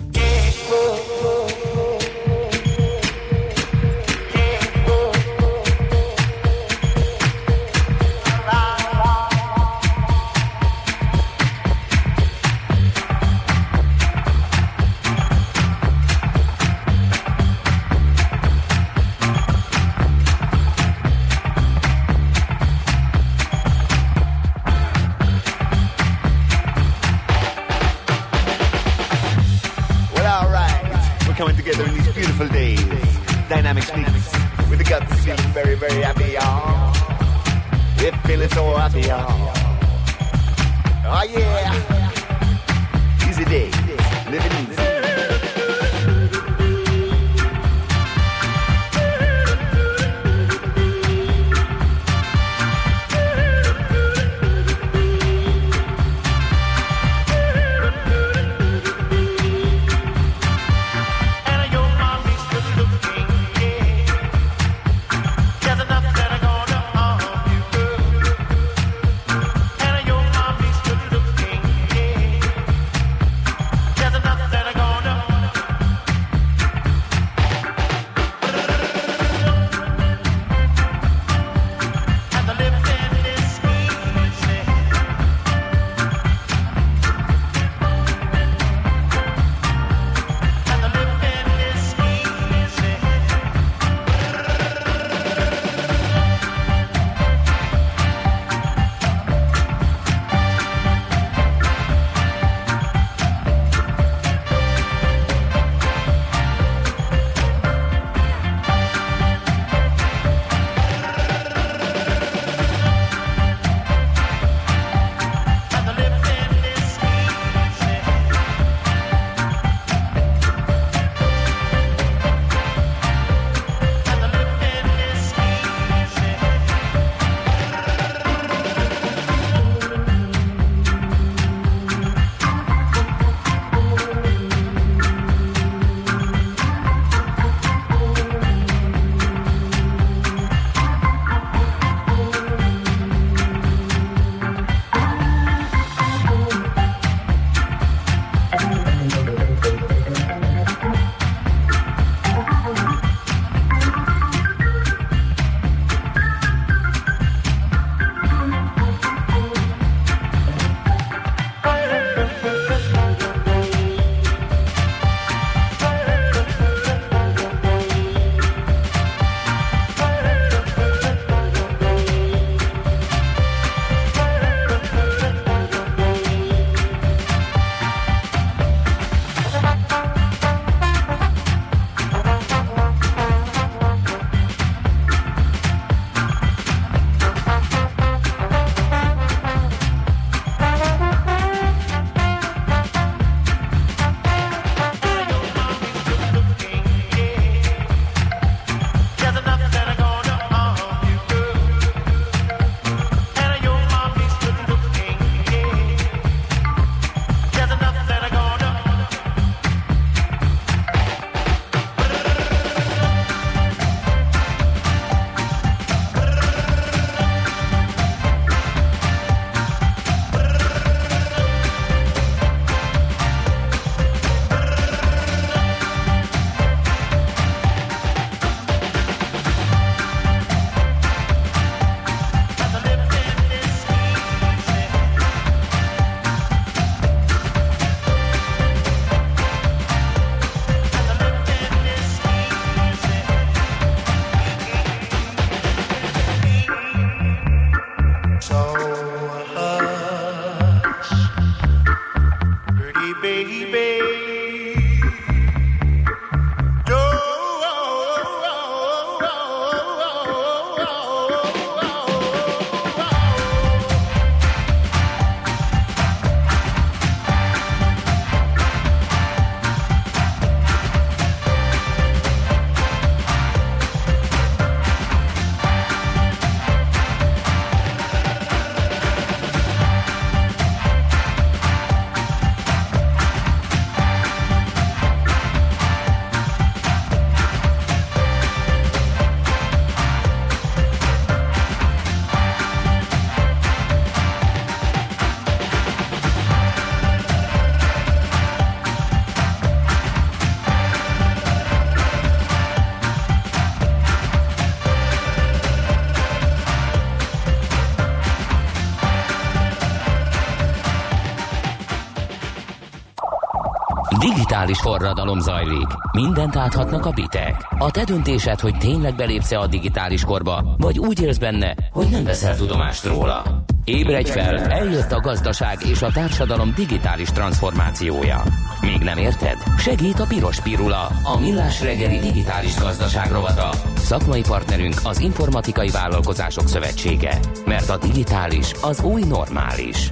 Dynamics mix with the guts feeling very, very happy, y'all. We're feeling so happy, y'all. Oh yeah, easy day, living easy. That I go Digitális forradalom zajlik. Mindent áthatnak a bitek. A te döntésed, hogy tényleg belépsz-e a digitális korba, vagy úgy élsz benne, hogy nem veszel tudomást róla. Ébredj fel, eljött a gazdaság és a társadalom digitális transformációja. Még nem érted? Segít a Piros Pirula, a Millás reggeli digitális gazdaság rovata. Szakmai partnerünk az Informatikai Vállalkozások Szövetsége. Mert a digitális az új normális.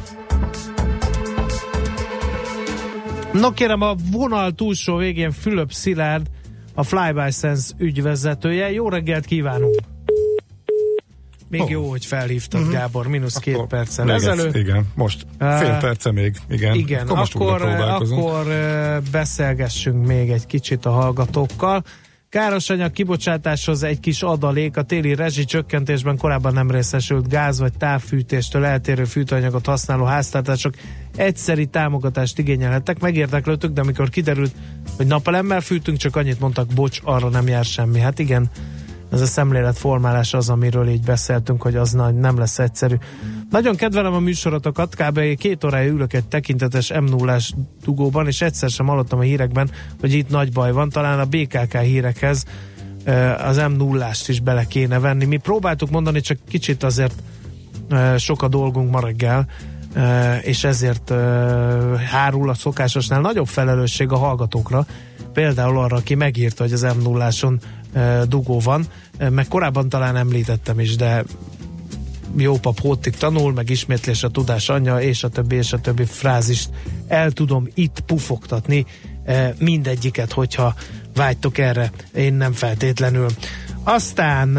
No kérem, a vonal túlsó végén Fülöp Szilárd, a FlyBySense ügyvezetője. Jó reggelt kívánunk! Még oh. jó, hogy felhívtad, uh-huh. Gábor, mínusz két akkor perccel ezelőtt. Igen, most fél uh, perce még. Igen, igen akkor, akkor, akkor beszélgessünk még egy kicsit a hallgatókkal. Káros anyag kibocsátáshoz egy kis adalék. A téli rezsicsökkentésben korábban nem részesült gáz vagy távfűtéstől eltérő fűtőanyagot használó háztartások egyszeri támogatást igényelhettek. Megérdeklődtük, de amikor kiderült, hogy napelemmel fűtünk, csak annyit mondtak, bocs, arra nem jár semmi. Hát igen, ez a szemléletformálás az, amiről így beszéltünk, hogy az nem lesz egyszerű. Nagyon kedvelem a műsorotokat, kb. két órája ülök egy tekintetes em nullás dugóban, és egyszer sem hallottam a hírekben, hogy itt nagy baj van. Talán a bé ká ká hírekhez az em nullást is bele kéne venni. Mi próbáltuk mondani, csak kicsit azért sok a dolgunk ma reggel, és ezért hárul a szokásosnál nagyobb felelősség a hallgatókra. Például arra, aki megírta, hogy az em nulláson dugó van, meg korábban talán említettem is, de jó pap hótig tanul, meg ismétlés a tudás anyja, és a többi, és a többi frázist el tudom itt pufogtatni mindegyiket, hogyha vágytok erre, én nem feltétlenül. Aztán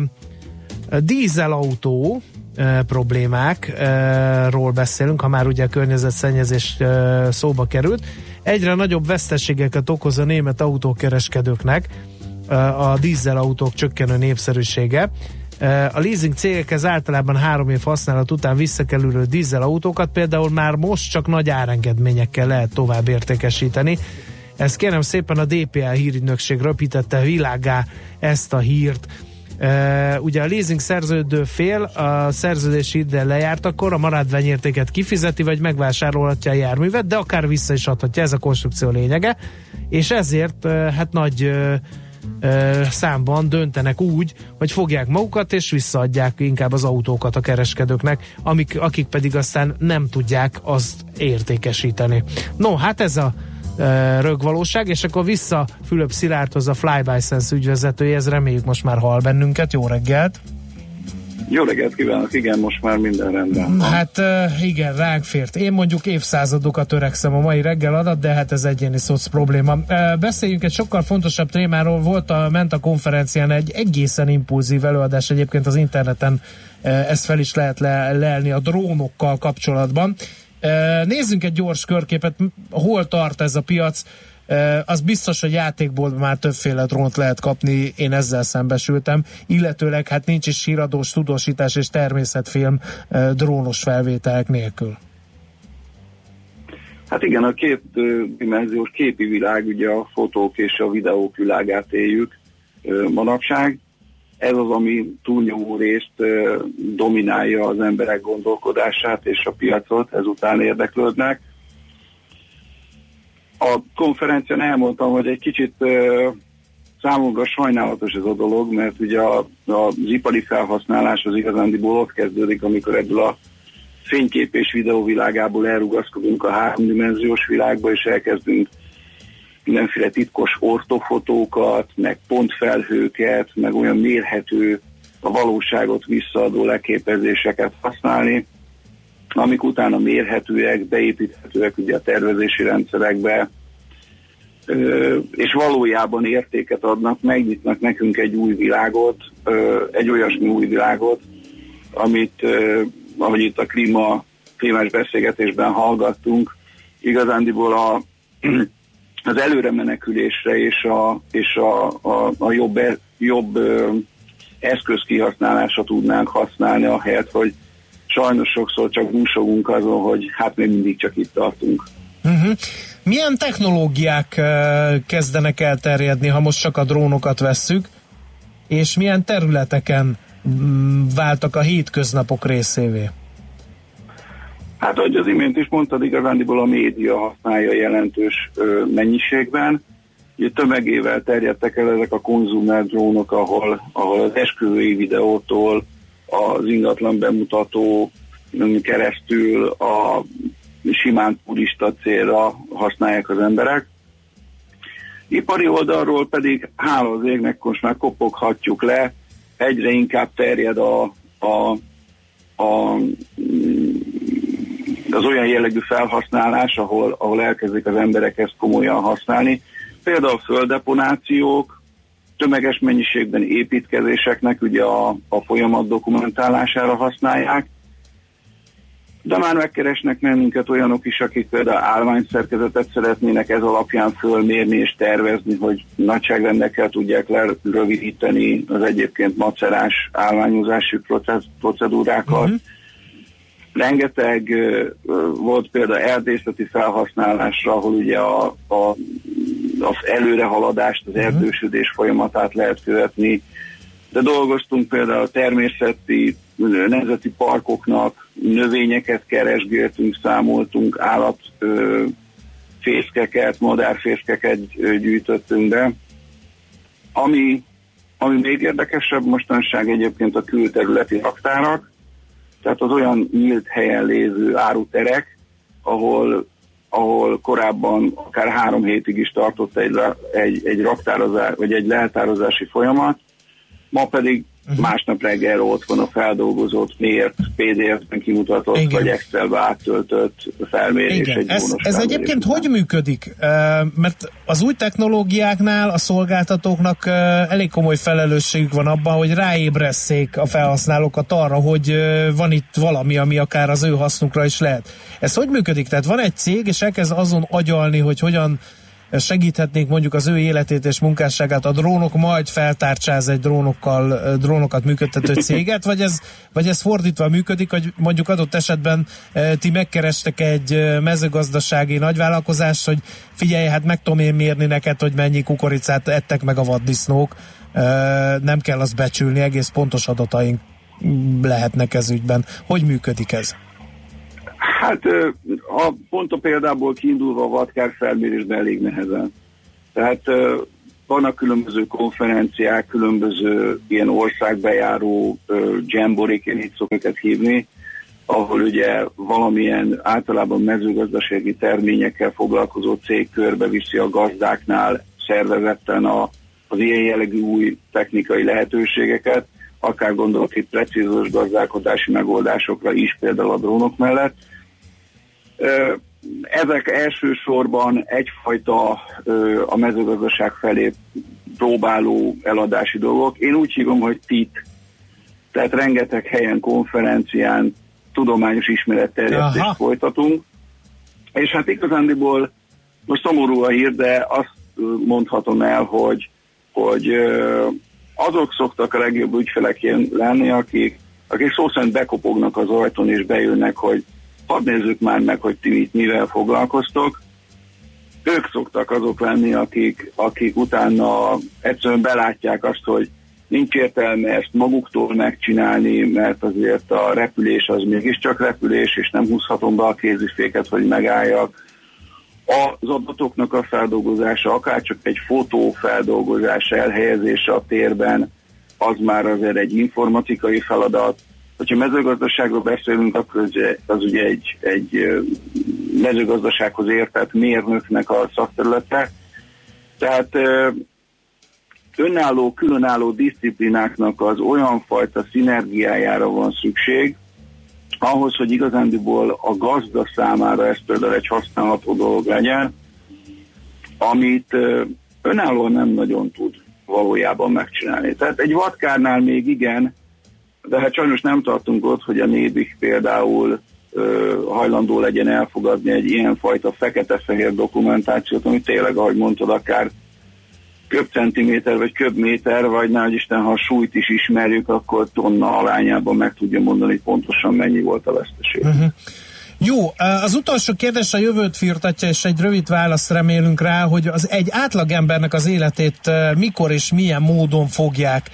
dízelautó problémákról beszélünk, ha már ugye a környezetszennyezés szóba került. Egyre nagyobb veszteségeket okoz a német autókereskedőknek a dízelautók csökkenő népszerűsége. A leasing cégekhez általában három év használat után visszakerülő dízelautókat például már most csak nagy árengedményekkel lehet tovább értékesíteni. Ezt kérem szépen a dé pé á hírügynökség röpítette világgá ezt a hírt. Uh, ugye a leasing szerződő fél a szerződési ide lejárt, akkor a maradványértéket kifizeti, vagy megvásárolhatja a járművet, de akár vissza is adhatja, ez a konstrukció lényege, és ezért uh, hát nagy uh, uh, számban döntenek úgy, hogy fogják magukat, és visszaadják inkább az autókat a kereskedőknek, amik, akik pedig aztán nem tudják azt értékesíteni. No, hát ez a rögvalóság, és akkor vissza Fülöp Szilárdhoz, a FlyBySense ügyvezetője, reméljük most már hall bennünket. Jó reggelt! Jó reggelt kívánok, igen, most már minden rendben. Hát igen, ránk fért. Én mondjuk évszázadokat törekszem a mai reggel adat, de hát ez egyéni szoc probléma. Beszéljünk egy sokkal fontosabb témáról. Volt a ment a konferencián egy egészen impulzív előadás, egyébként az interneten ezt fel is lehet le- leelni a drónokkal kapcsolatban. Nézzünk egy gyors körképet, hol tart ez a piac. Az biztos, hogy játékból már többféle drónt lehet kapni, én ezzel szembesültem, illetőleg hát nincs is híradós tudósítás és természetfilm drónos felvételek nélkül. Hát igen, a kétdimenziós képi világ, ugye a fotók és a videók világát éljük manapság. Ez az, ami túlnyomó részt dominálja az emberek gondolkodását és a piacot, ezután érdeklődnek. A konferencián elmondtam, hogy egy kicsit számomra sajnálatos ez a dolog, mert ugye a, az ipari felhasználás az igazándiból ott kezdődik, amikor ebből a fénykép és videó világából elrugaszkodunk a háromdimenziós világba, és elkezdünk mindenféle titkos ortofotókat, meg pontfelhőket, meg olyan mérhető, a valóságot visszaadó leképezéseket használni, amik utána mérhetőek, beépíthetőek ugye a tervezési rendszerekbe, és valójában értéket adnak, megnyitnak nekünk egy új világot, egy olyasmi új világot, amit, ahogy itt a klíma, klímás beszélgetésben hallgattunk, igazándiból a az előre menekülésre és a, és a, a, a jobb, jobb ö, eszköz kihasználásra tudnánk használni, ahelyett, hogy sajnos sokszor csak búsogunk azon, hogy hát még mindig csak itt tartunk. Uh-huh. Milyen technológiák uh, kezdenek elterjedni, ha most csak a drónokat vesszük, és milyen területeken um, váltak a hétköznapok részévé? Hát, ahogy az imént is mondtad, igazándiból a média használja jelentős ö, mennyiségben. Ugye tömegével terjedtek el ezek a konzumer drónok, ahol, ahol az esküvői videótól az ingatlan bemutató keresztül a simán turista célra használják az emberek. Ipari oldalról pedig, hála az égnek, most már kopoghatjuk le, egyre inkább terjed a, a, a, az olyan jellegű felhasználás, ahol, ahol elkezdik az emberek ezt komolyan használni. Például földdeponációk, tömeges mennyiségben építkezéseknek ugye a, a folyamat dokumentálására használják, de már megkeresnek bennünket olyanok is, akik például állványszerkezetet szeretnének ez alapján fölmérni és tervezni, hogy nagyságrendekkel tudják lerövidíteni az egyébként macerás állványozási procedúrákat. Uh-huh. Rengeteg uh, volt például erdészeti felhasználásra, ahol ugye a, a, az előrehaladást, az erdősödés folyamatát lehet követni, de dolgoztunk például a természeti nemzeti parkoknak, növényeket keresgéltünk, számoltunk, állatfészkeket, madárfészkeket gyűjtöttünk be. Ami, ami még érdekesebb mostanság egyébként a külterületi raktárak, tehát az olyan nyílt helyen lévő áruterek, ahol, ahol korábban akár három hétig is tartott egy, egy, egy raktározás, vagy egy leltározási folyamat, ma pedig uh-huh. másnap reggelre ott van a feldolgozott, mért, pé dé ef-ben kimutatott, igen. vagy Excelbe áttöltött felmérés. Igen. Egy ez, ez egyébként hogy működik? Mert az új technológiáknál a szolgáltatóknak elég komoly felelősségük van abban, hogy ráébresszék a felhasználókat arra, hogy van itt valami, ami akár az ő hasznukra is lehet. Ez hogy működik? Tehát van egy cég, és elkezd azon agyalni, hogy hogyan segíthetnénk mondjuk az ő életét és munkásságát a drónok, majd feltárcsáz egy drónokkal, drónokat működtető céget, vagy ez, vagy ez fordítva működik, hogy mondjuk adott esetben e, ti megkerestek egy mezőgazdasági nagyvállalkozást, hogy figyelj, hát meg tudom én mérni neked, hogy mennyi kukoricát ettek meg a vaddisznók, e, nem kell azt becsülni, egész pontos adataink lehetnek ez ügyben. Hogy működik ez? Hát a pont a példából kiindulva a vadkár felmérésben elég nehezen. Tehát vannak különböző konferenciák, különböző ilyen országbejáró jamborik, én így szokok őket hívni, ahol ugye valamilyen általában mezőgazdasági terményekkel foglalkozó cég körbe viszi a gazdáknál szervezetten a, az ilyen jellegű új technikai lehetőségeket, akár gondolok itt precízos gazdálkodási megoldásokra is, például a drónok mellett. Ezek elsősorban egyfajta a mezőgazdaság felé próbáló eladási dolgok. Én úgy hívom, hogy té i té. Tehát rengeteg helyen, konferencián tudományos ismeretterjesztést folytatunk. És hát igazándiból most szomorú a hír, de azt mondhatom el, hogy, hogy azok szoktak a legjobb ügyfelek lenni, akik, akik szó szerint bekopognak az ajtón és bejönnek, hogy hadd nézzük már meg, hogy ti mit, mivel foglalkoztok. Ők szoktak azok lenni, akik, akik utána egyszerűen belátják azt, hogy nincs értelme ezt maguktól megcsinálni, mert azért a repülés az mégiscsak repülés, és nem húzhatom be a kéziféket, hogy megálljak. Az adatoknak a feldolgozása, akár csak egy fotó feldolgozása, elhelyezése a térben, az már azért egy informatikai feladat. Hogyha mezőgazdaságról beszélünk, akkor az ugye egy, egy mezőgazdasághoz értett mérnöknek a szakterülete. Tehát önálló, különálló diszciplináknak az olyan fajta szinergiájára van szükség, ahhoz, hogy igazándiból a gazda számára ez például egy használható dolog legyen, amit önállóan nem nagyon tud valójában megcsinálni. Tehát egy vadkárnál még igen, de hát sajnos nem tartunk ott, hogy a Nébik például ö, hajlandó legyen elfogadni egy ilyenfajta fekete-fehér dokumentációt, ami tényleg, ahogy mondtad, akár köbcentiméter, vagy köbméter, vagy nehogy Isten, ha a súlyt is ismerjük, akkor tonna alányában meg tudja mondani, pontosan mennyi volt a veszteség. Uh-huh. Jó, az utolsó kérdés a jövőt firtatja, és egy rövid választ remélünk rá, hogy az egy átlagembernek az életét mikor és milyen módon fogják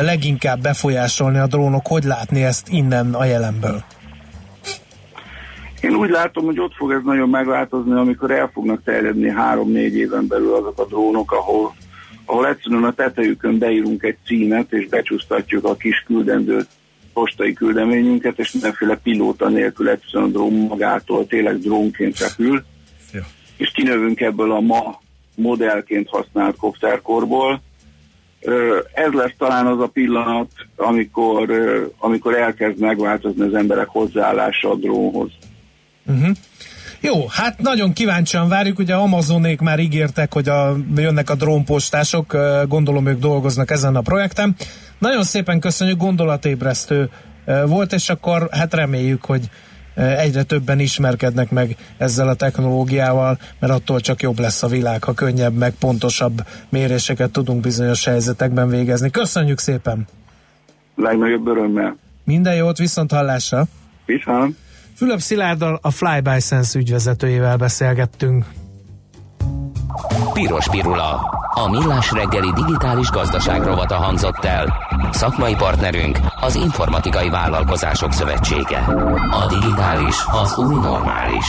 leginkább befolyásolni a drónok, hogy látni ezt innen a jelenből? Én úgy látom, hogy ott fog ez nagyon megváltozni, amikor el fognak terjedni három-négy éven belül azok a drónok, ahol, ahol egyszerűen a tetejükön beírunk egy címet, és becsúsztatjuk a kis küldendő postai küldeményünket, és mindenféle pilóta nélkül egyszerűen a drón magától tényleg drónként repül, ja. És kinövünk ebből a ma modellként használt kopterkorból. Ez lesz talán az a pillanat, amikor, amikor elkezd megváltozni az emberek hozzáállása a drónhoz. Uh-huh. Jó, hát nagyon kíváncsian várjuk, ugye Amazonék már ígértek, hogy a, jönnek a drónpostások, gondolom ők dolgoznak ezen a projekten. Nagyon szépen köszönjük, gondolatébresztő volt, és akkor hát reméljük, hogy egyre többen ismerkednek meg ezzel a technológiával, mert attól csak jobb lesz a világ, ha könnyebb, meg pontosabb méréseket tudunk bizonyos helyzetekben végezni. Köszönjük szépen! Legnagyobb örömmel! Minden jót, viszont hallásra! Viszont! Fülöp Szilárddal, a Flybysense ügyvezetőjével beszélgettünk. Piros Pirula, a millás reggeli digitális gazdaság rovata hangzott el. Szakmai partnerünk az Informatikai Vállalkozások Szövetsége. A digitális az új normális.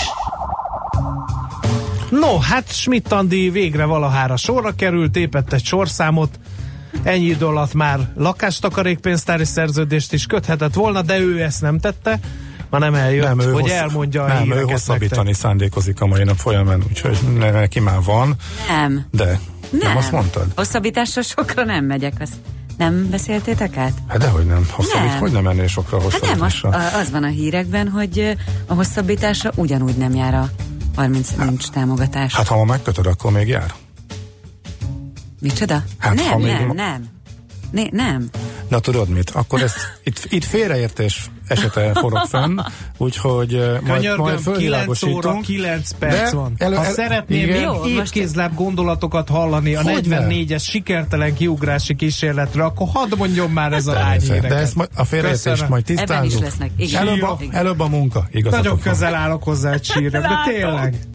No, hát Schmidt Andi végre valahára sorra került, épett egy sorszámot, ennyi idő alatt már lakástakarékpénztári szerződést is köthetett volna, de ő ezt nem tette, ma nem eljött, nem, hogy hossz... elmondja a Nem, ő hosszabbítani nektek. Szándékozik a mai nap folyamán, úgyhogy neki már van. Nem. De nem, nem azt mondtad? Hosszabbításra sokra nem megyek, azt nem beszéltétek át? Hát dehogy nem. Hosszabbít, nem. Hogy nem mennél sokra hosszabbításra? Hát nem, az, az van a hírekben, hogy a hosszabbításra ugyanúgy nem jár a harminc hát, nincs támogatás. Hát ha ma megkötöd, akkor még jár. Micsoda? Hát, nem, még nem, ma... nem. Né, nem. Na tudod mit? Akkor ez itt, itt félreértés esete forog fenn, úgyhogy majd, majd fölvilágosítunk. kilenc óra, kilenc perc van. Elő, ha el, szeretném évkézláb gondolatokat hallani a negyvennégyes sikertelen kiugrási kísérletre, akkor hadd mondjon már ez a lányhíreket. De ezt majd, a félreértést majd tisztázunk. Ebben is lesznek. Igen. Előbb, a, előbb a munka. Igazatok Nagyon van. közel állok hozzá egy sírra, de tényleg.